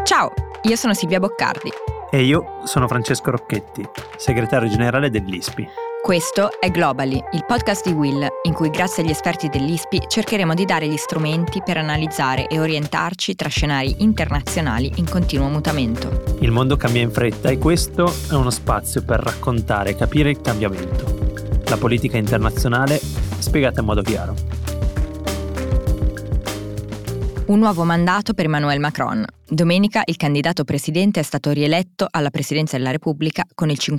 Ciao, io sono Silvia Boccardi. E io sono Francesco Rocchetti, segretario generale dell'ISPI. Questo è Globally, il podcast di Will, in cui grazie agli esperti dell'ISPI cercheremo di dare gli strumenti per analizzare e orientarci tra scenari internazionali in continuo mutamento. Il mondo cambia in fretta e questo è uno spazio per raccontare e capire il cambiamento. La politica internazionale spiegata in modo chiaro. Un nuovo mandato per Emmanuel Macron. Domenica il candidato presidente è stato rieletto alla presidenza della Repubblica con il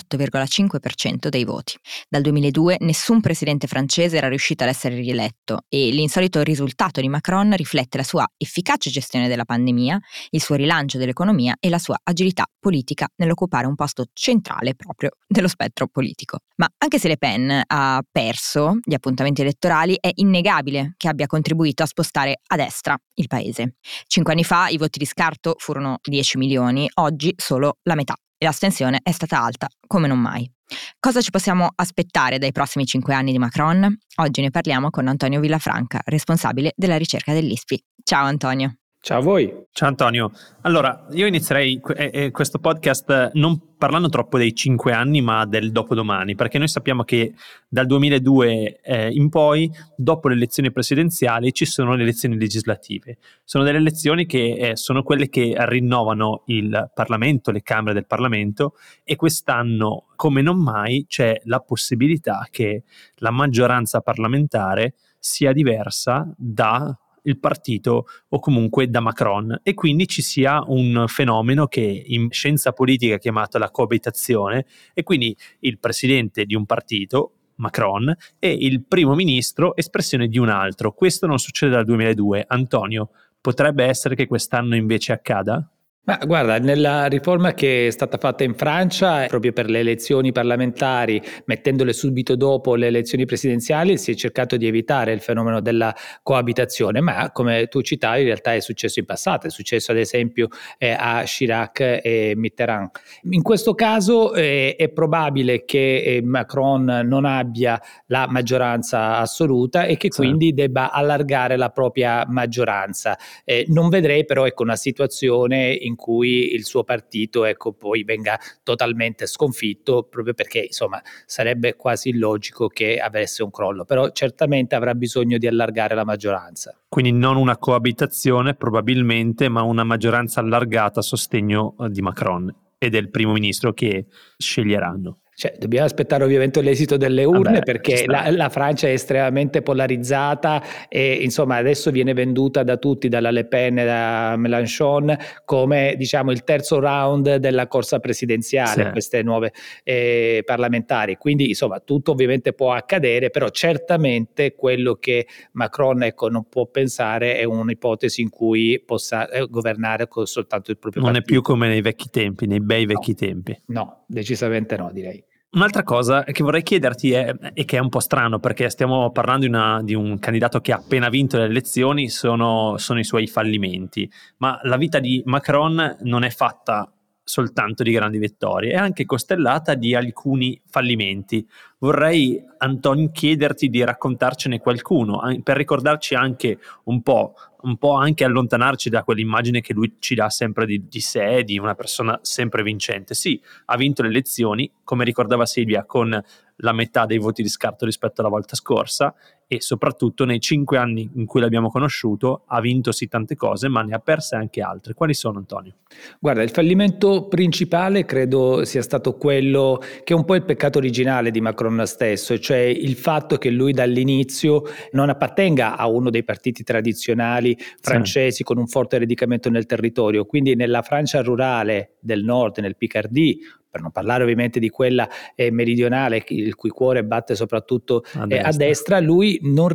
58,5% dei voti. Dal 2002 nessun presidente francese era riuscito ad essere rieletto e l'insolito risultato di Macron riflette la sua efficace gestione della pandemia, il suo rilancio dell'economia e la sua agilità politica nell'occupare un posto centrale proprio dello spettro politico. Ma anche se Le Pen ha perso gli appuntamenti elettorali, è innegabile che abbia contribuito a spostare a destra il paese. 5 anni fa i voti di scarto furono 10 milioni, oggi solo la metà e l'astensione è stata alta come non mai. Cosa ci possiamo aspettare dai prossimi 5 anni di Macron? Oggi ne parliamo con Antonio Villafranca, responsabile della ricerca dell'ISPI. Ciao Antonio. Ciao a voi. Ciao Antonio. Allora, io inizierei questo podcast non parlando troppo dei 5 anni, ma del dopodomani, perché noi sappiamo che dal 2002 in poi, dopo le elezioni presidenziali, ci sono le elezioni legislative. Sono delle elezioni che sono quelle che rinnovano il Parlamento, le Camere del Parlamento, e quest'anno, come non mai, c'è la possibilità che la maggioranza parlamentare sia diversa da il partito o comunque da Macron, e quindi ci sia un fenomeno che in scienza politica è chiamato la coabitazione, e quindi il presidente di un partito, Macron, e il primo ministro, espressione di un altro. Questo non succede dal 2002. Antonio, potrebbe essere che quest'anno invece accada? Ma guarda, nella riforma che è stata fatta in Francia, proprio per le elezioni parlamentari, mettendole subito dopo le elezioni presidenziali, si è cercato di evitare il fenomeno della coabitazione, ma come tu citavi in realtà è successo in passato, è successo ad esempio a Chirac e Mitterrand. In questo caso è probabile che Macron non abbia la maggioranza assoluta e che quindi debba allargare la propria maggioranza. Non vedrei però una situazione in cui il suo partito poi venga totalmente sconfitto, proprio perché insomma sarebbe quasi illogico che avesse un crollo, però certamente avrà bisogno di allargare la maggioranza. Quindi non una coabitazione probabilmente, ma una maggioranza allargata a sostegno di Macron e del primo ministro che sceglieranno. Dobbiamo aspettare ovviamente l'esito delle urne, perché la Francia è estremamente polarizzata e insomma adesso viene venduta da tutti, dalla Le Pen e da Mélenchon, come diciamo il terzo round della corsa presidenziale, queste nuove parlamentari, quindi insomma tutto ovviamente può accadere, però certamente quello che Macron non può pensare è un'ipotesi in cui possa governare con soltanto il proprio partito. Non è più come nei vecchi tempi, nei bei vecchi tempi. No, decisamente no, direi. Un'altra cosa che vorrei chiederti è che è un po' strano, perché stiamo parlando di un candidato che ha appena vinto le elezioni, sono i suoi fallimenti, ma la vita di Macron non è fatta soltanto di grandi vittorie, è anche costellata di alcuni fallimenti. Vorrei, Antonio, chiederti di raccontarcene qualcuno, per ricordarci anche un po' anche allontanarci da quell'immagine che lui ci dà sempre di sé, di una persona sempre vincente. Sì, ha vinto le elezioni, come ricordava Silvia, con la metà dei voti di scarto rispetto alla volta scorsa, e soprattutto nei 5 anni in cui l'abbiamo conosciuto ha vinto sì tante cose, ma ne ha perse anche altre. Quali sono, Antonio? Guarda, il fallimento principale credo sia stato quello che è un po' il peccato originale di Macron stesso, cioè il fatto che lui dall'inizio non appartenga a uno dei partiti tradizionali francesi con un forte radicamento nel territorio, quindi nella Francia rurale del nord, nel Picardie, per non parlare ovviamente di quella meridionale, il cui cuore batte soprattutto a destra, lui non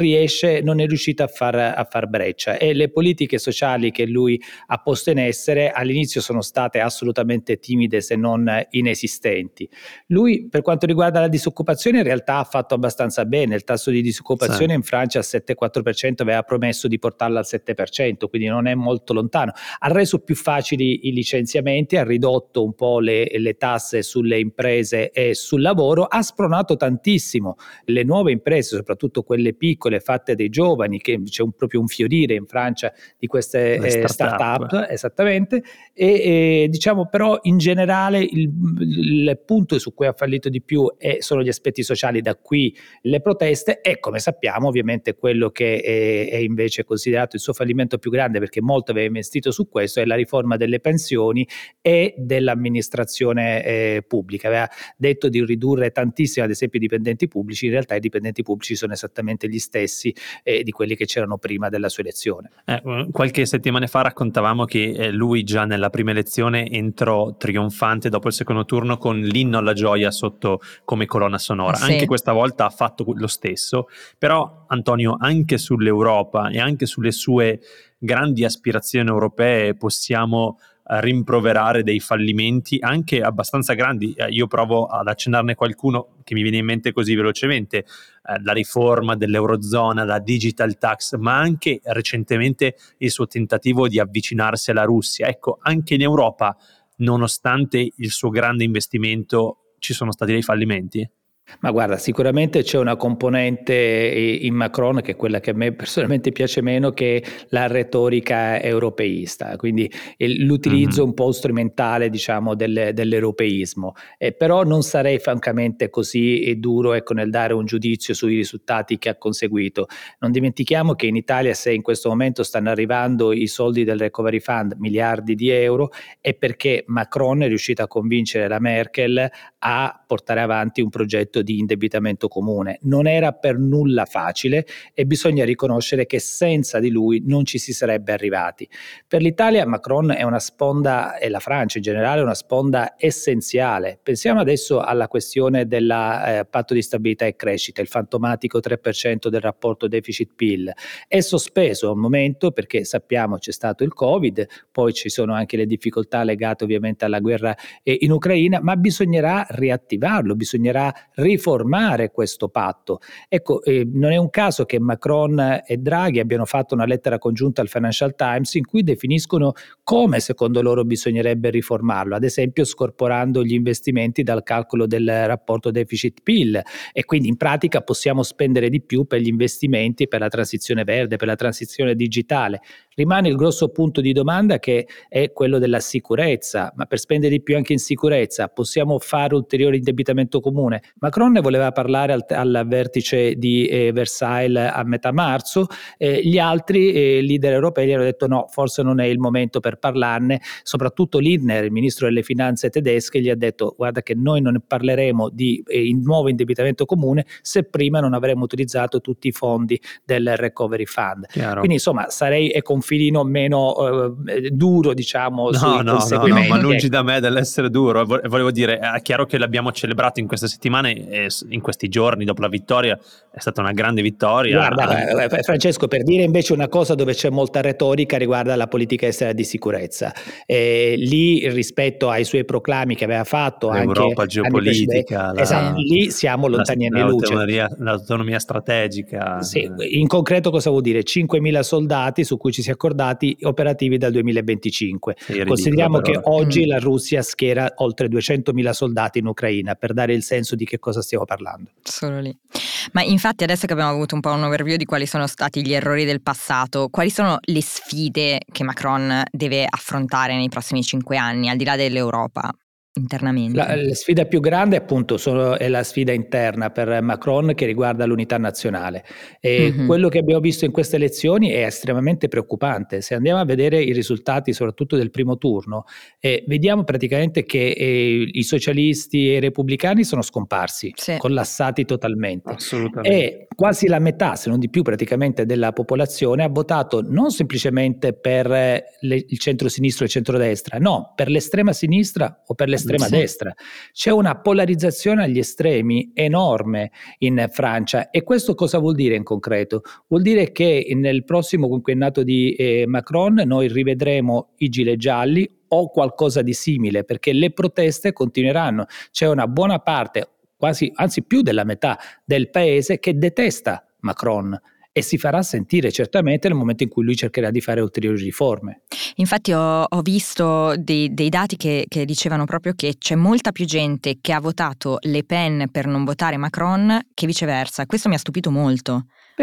è riuscito a far breccia, e le politiche sociali che lui ha posto in essere all'inizio sono state assolutamente timide, se non inesistenti. Lui, per quanto riguarda la disoccupazione, in realtà ha fatto abbastanza bene. Il tasso di disoccupazione in Francia al 7,4%, aveva promesso di portarla al 7%, quindi non è molto lontano. Ha reso più facili i licenziamenti, ha ridotto un po' le tasse tasse sulle imprese e sul lavoro ha spronato tantissimo le nuove imprese, soprattutto quelle piccole fatte dai giovani, che c'è proprio un fiorire in Francia di queste start-up, esattamente, e diciamo però in generale il punto su cui ha fallito di più sono gli aspetti sociali, da qui le proteste, e come sappiamo ovviamente quello che è invece considerato il suo fallimento più grande, perché molto aveva investito su questo, è la riforma delle pensioni e dell'amministrazione pubblica. Aveva detto di ridurre tantissimo ad esempio i dipendenti pubblici, in realtà i dipendenti pubblici sono esattamente gli stessi di quelli che c'erano prima della sua elezione. Qualche settimana fa raccontavamo che lui già nella prima elezione entrò trionfante dopo il secondo turno con l'Inno alla gioia sotto come colonna sonora. Sì. Anche questa volta ha fatto lo stesso, però Antonio, anche sull'Europa e anche sulle sue grandi aspirazioni europee possiamo rimproverare dei fallimenti anche abbastanza grandi. Io provo ad accennarne qualcuno che mi viene in mente così velocemente: la riforma dell'Eurozona, la digital tax, ma anche recentemente il suo tentativo di avvicinarsi alla Russia. Ecco, anche in Europa, nonostante il suo grande investimento, ci sono stati dei fallimenti? Ma guarda, sicuramente c'è una componente in Macron che è quella che a me personalmente piace meno, che è la retorica europeista, quindi l'utilizzo un po' strumentale, diciamo, dell'europeismo. Però non sarei francamente così duro, ecco, nel dare un giudizio sui risultati che ha conseguito. Non dimentichiamo che in Italia, se in questo momento stanno arrivando i soldi del Recovery Fund, miliardi di euro, è perché Macron è riuscito a convincere la Merkel a portare avanti un progetto di indebitamento comune. Non era per nulla facile e bisogna riconoscere che senza di lui non ci si sarebbe arrivati. Per l'Italia Macron è una sponda, e la Francia in generale è una sponda essenziale. Pensiamo adesso alla questione del patto di stabilità e crescita, il fantomatico 3% del rapporto deficit-PIL. È sospeso al momento perché sappiamo c'è stato il Covid, poi ci sono anche le difficoltà legate ovviamente alla guerra in Ucraina, ma bisognerà riattivarlo, bisognerà riformare questo patto. Ecco, non è un caso che Macron e Draghi abbiano fatto una lettera congiunta al Financial Times in cui definiscono come secondo loro bisognerebbe riformarlo, ad esempio scorporando gli investimenti dal calcolo del rapporto deficit-PIL, e quindi in pratica possiamo spendere di più per gli investimenti, per la transizione verde, per la transizione digitale. Rimane il grosso punto di domanda, che è quello della sicurezza, ma per spendere di più anche in sicurezza possiamo fare ulteriore indebitamento comune? Macron ne voleva parlare al vertice di Versailles a metà marzo, gli altri leader europei hanno detto no, forse non è il momento per parlarne, soprattutto Lindner, il ministro delle finanze tedesche, gli ha detto guarda che noi non parleremo di nuovo indebitamento comune se prima non avremo utilizzato tutti i fondi del Recovery Fund. Chiaro. Quindi insomma sarei un filino meno duro, diciamo, sui conseguimenti. No, ma lungi da me dell'essere duro. Volevo dire, è chiaro che l'abbiamo celebrato in queste settimane e in questi giorni dopo la vittoria, è stata una grande vittoria. Guarda, Francesco, per dire invece una cosa dove c'è molta retorica riguarda la politica estera di sicurezza. Lì rispetto ai suoi proclami che aveva fatto l'Europa anche geopolitica, esatto, lì siamo lontani anni luce. L'autonomia strategica. Sì, in concreto cosa vuol dire? 5.000 soldati su cui ci si è accordati, operativi dal 2025. Consideriamo che oggi la Russia schiera oltre 200.000 soldati in Ucraina, per dare il senso di che cosa stiamo parlando. Solo lì. Ma infatti adesso che abbiamo avuto un po' un overview di quali sono stati gli errori del passato, quali sono le sfide che Macron deve affrontare nei prossimi 5 anni, al di là dell'Europa? Internamente. La sfida più grande appunto è la sfida interna per Macron, che riguarda l'unità nazionale, e quello che abbiamo visto in queste elezioni è estremamente preoccupante. Se andiamo a vedere i risultati soprattutto del primo turno, vediamo praticamente che i socialisti e i repubblicani sono scomparsi, collassati totalmente. Assolutamente. E quasi la metà, se non di più praticamente, della popolazione ha votato non semplicemente per il centro-sinistra e il centrodestra, no, per l'estrema sinistra o per l'estrema destra. C'è una polarizzazione agli estremi enorme in Francia, e questo cosa vuol dire in concreto? Vuol dire che nel prossimo quinquennato di Macron noi rivedremo i gilet gialli o qualcosa di simile, perché le proteste continueranno. C'è una buona parte, quasi, anzi più della metà del paese, che detesta Macron, e si farà sentire certamente nel momento in cui lui cercherà di fare ulteriori riforme. Infatti ho visto dei dati che dicevano proprio che c'è molta più gente che ha votato Le Pen per non votare Macron che viceversa. Questo mi ha stupito molto.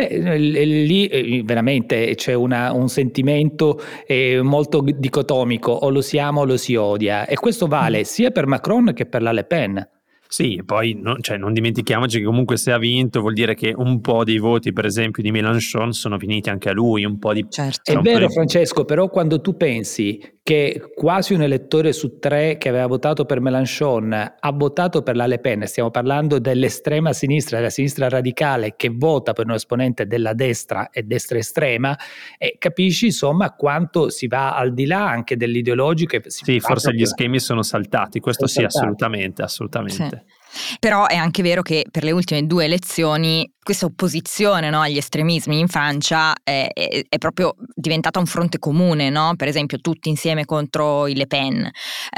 Lì veramente c'è un sentimento molto dicotomico, o lo si ama o lo si odia, e questo vale sia per Macron che per la Le Pen. Sì, poi non dimentichiamoci che comunque se ha vinto vuol dire che un po' dei voti, per esempio, di Mélenchon sono finiti anche a lui, un po' di... Certo. È vero, Francesco, però quando tu pensi che quasi un elettore su 3 che aveva votato per Mélenchon ha votato per la Le Pen, stiamo parlando dell'estrema sinistra, della sinistra radicale che vota per un esponente della destra e destra estrema, e capisci insomma quanto si va al di là anche dell'ideologico. Sì, forse gli schemi sono saltati, questo sì, assolutamente. Sì. Però è anche vero che per le ultime 2 elezioni questa opposizione, no, agli estremismi in Francia è proprio diventata un fronte comune, no? Per esempio tutti insieme contro i Le Pen.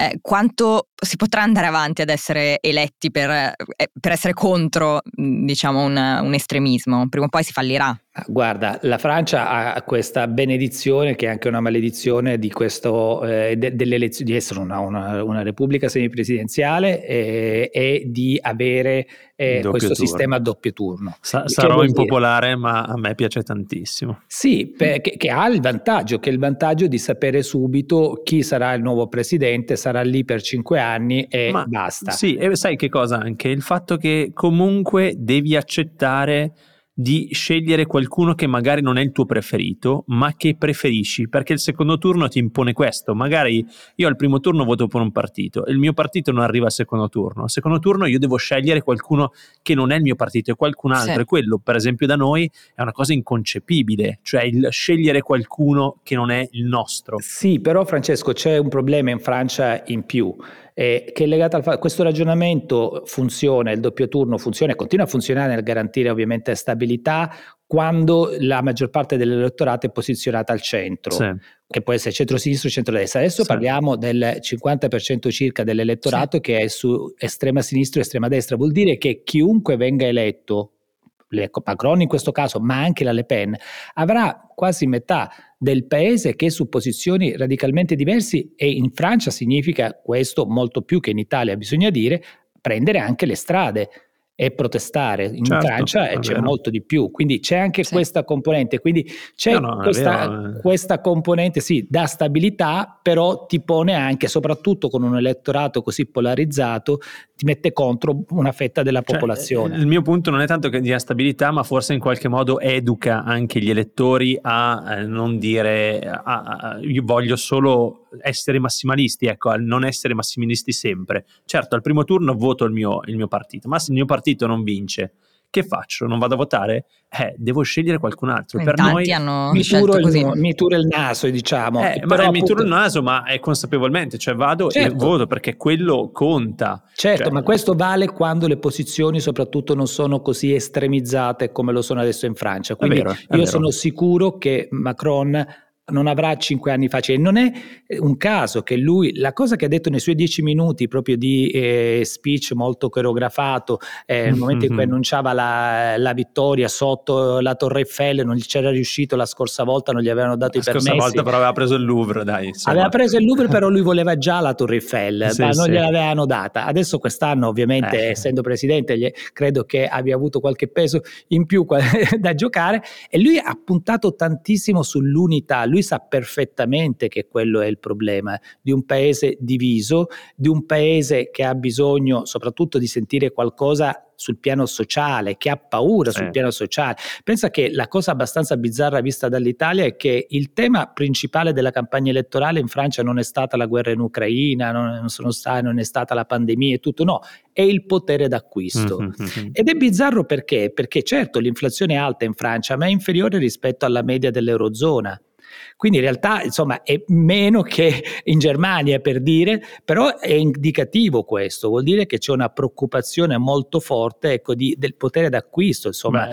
Quanto si potrà andare avanti ad essere eletti per essere contro, diciamo, un estremismo? Prima o poi si fallirà. Guarda, la Francia ha questa benedizione, che è anche una maledizione, di questo dell'elezione, di essere una repubblica semipresidenziale e di avere questo sistema a doppio turno. Sarò impopolare, ma a me piace tantissimo. Sì, che ha il vantaggio, di sapere subito chi sarà il nuovo presidente, sarà lì per 5 anni e basta. Sì, e sai che cosa anche? Il fatto che comunque devi accettare di scegliere qualcuno che magari non è il tuo preferito, ma che preferisci, perché il secondo turno ti impone questo. Magari io al primo turno voto per un partito e il mio partito non arriva al secondo turno. Al secondo turno io devo scegliere qualcuno che non è il mio partito e qualcun altro. Sì. E quello, per esempio, da noi è una cosa inconcepibile, cioè il scegliere qualcuno che non è il nostro. Sì, però Francesco, c'è un problema in Francia in più, che è legato al fatto che questo ragionamento funziona, il doppio turno funziona e continua a funzionare nel garantire ovviamente stabilità quando la maggior parte dell'elettorato è posizionata al centro, sì, che può essere centro-sinistra o centro-destra. Adesso sì, parliamo del 50% circa dell'elettorato, sì, che è su estrema sinistra o estrema destra. Vuol dire che chiunque venga eletto, Macron in questo caso, ma anche la Le Pen, avrà quasi metà del paese che è su posizioni radicalmente diverse, e in Francia significa questo molto più che in Italia, bisogna dire, prendere anche le strade e protestare. In Francia c'è molto di più, quindi c'è anche questa componente, quindi c'è questa componente, sì, da stabilità, però ti pone anche, soprattutto con un elettorato così polarizzato, ti mette contro una fetta della popolazione. Il mio punto non è tanto che dia stabilità, ma forse in qualche modo educa anche gli elettori a non dire io voglio solo essere massimalisti, ecco, a non essere massimalisti sempre. Certo, al primo turno voto il mio partito, ma se il mio partito non vince, che faccio? Non vado a votare? Devo scegliere qualcun altro. Per noi mi turo il naso, diciamo. Però mi turo il naso, ma è consapevolmente, cioè vado, certo, e voto, perché quello conta. Certo, ma questo vale quando le posizioni soprattutto non sono così estremizzate come lo sono adesso in Francia. Quindi io sono sicuro che Macron non avrà 5 anni facili. Non è un caso che lui, la cosa che ha detto nei suoi 10 minuti proprio di speech molto coreografato, nel momento in cui annunciava la vittoria sotto la Torre Eiffel, non c'era riuscito la scorsa volta, non gli avevano dato i permessi. La scorsa volta però aveva preso il Louvre, dai. Insomma. Aveva preso il Louvre, però lui voleva già la Torre Eiffel, ma non gliel'avevano data. Adesso quest'anno, ovviamente, essendo presidente, credo che abbia avuto qualche peso in più da giocare, e lui ha puntato tantissimo sull'unità. Lui sa perfettamente che quello è il problema di un paese diviso, di un paese che ha bisogno soprattutto di sentire qualcosa sul piano sociale, che ha paura sul piano sociale. Pensa che la cosa abbastanza bizzarra vista dall'Italia è che il tema principale della campagna elettorale in Francia non è stata la guerra in Ucraina, non è stata la pandemia e tutto, no, è il potere d'acquisto. Ed è bizzarro perché certo l'inflazione è alta in Francia, ma è inferiore rispetto alla media dell'Eurozona. Quindi in realtà, insomma, è meno che in Germania, per dire, però è indicativo questo, vuol dire che c'è una preoccupazione molto forte, ecco, del potere d'acquisto, insomma.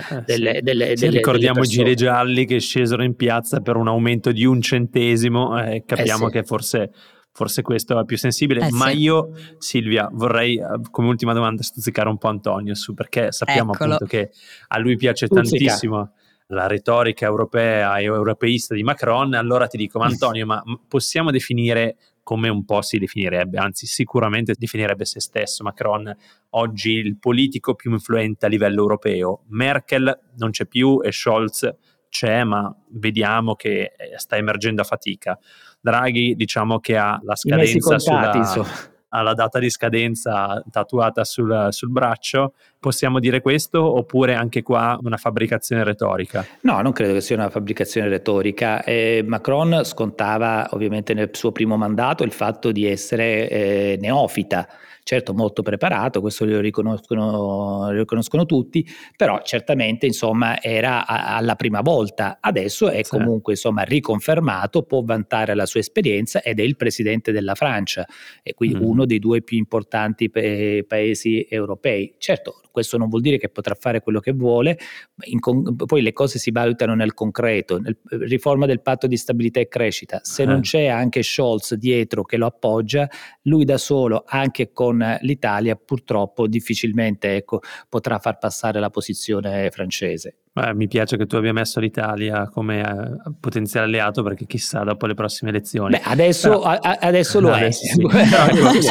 Ricordiamo i gilet gialli che scesero in piazza per un aumento di 1 centesimo, capiamo che forse questo è più sensibile, ma io, Silvia, vorrei come ultima domanda stuzzicare un po' Antonio su, perché sappiamo appunto che a lui piace tantissimo la retorica europea e europeista di Macron, allora ti dico, ma Antonio, ma possiamo definire come un po' si definirebbe, anzi sicuramente definirebbe se stesso Macron oggi il politico più influente a livello europeo. Merkel non c'è più e Scholz c'è, ma vediamo che sta emergendo a fatica. Draghi diciamo che ha la scadenza ha la data di scadenza tatuata sul braccio. Possiamo dire questo, oppure anche qua una fabbricazione retorica? No, non credo che sia una fabbricazione retorica. Macron scontava ovviamente nel suo primo mandato il fatto di essere neofita. Certo, molto preparato, questo lo riconoscono tutti, però certamente insomma era alla prima volta. Adesso è comunque insomma riconfermato, può vantare la sua esperienza ed è il presidente della Francia, e quindi uno dei due più importanti paesi europei. Certo, questo non vuol dire che potrà fare quello che vuole, poi le cose si valutano nel concreto. Riforma del patto di stabilità e crescita, se non c'è anche Scholz dietro che lo appoggia, lui da solo, anche con l'Italia, purtroppo difficilmente potrà far passare la posizione francese. Mi piace che tu abbia messo l'Italia come potenziale alleato, perché chissà dopo le prossime elezioni. Adesso lo è. Sì. Però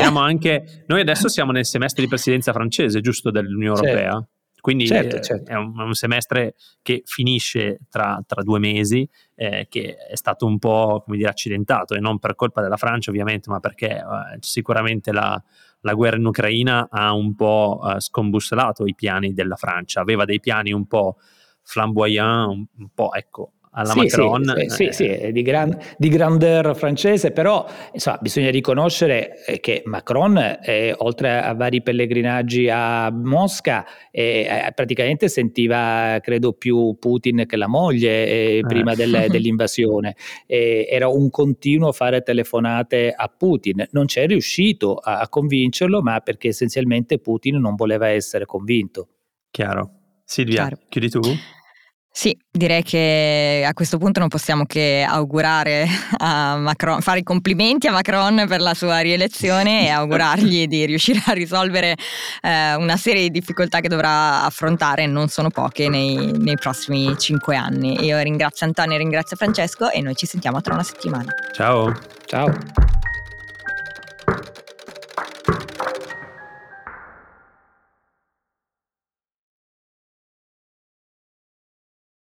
noi adesso siamo nel semestre di presidenza francese, giusto, dell'Unione Europea? Quindi certo. È un semestre che finisce tra 2 mesi, che è stato un po', come dire, accidentato, e non per colpa della Francia ovviamente, ma perché sicuramente la guerra in Ucraina ha un po' scombussolato i piani della Francia. Aveva dei piani un po' flamboyant, un po' alla Macron. Sì, di grandeur francese, però insomma bisogna riconoscere che Macron, oltre a vari pellegrinaggi a Mosca, praticamente sentiva, credo, più Putin che la moglie prima dell'invasione. Era un continuo fare telefonate a Putin. Non c'è riuscito a convincerlo, ma perché essenzialmente Putin non voleva essere convinto. Chiaro. Silvia, chiudi tu? Sì, direi che a questo punto non possiamo che augurare a Macron, fare i complimenti a Macron per la sua rielezione e augurargli di riuscire a risolvere una serie di difficoltà che dovrà affrontare, non sono poche, nei prossimi 5 anni. Io ringrazio Antonio e ringrazio Francesco, e noi ci sentiamo tra una settimana. Ciao. Ciao.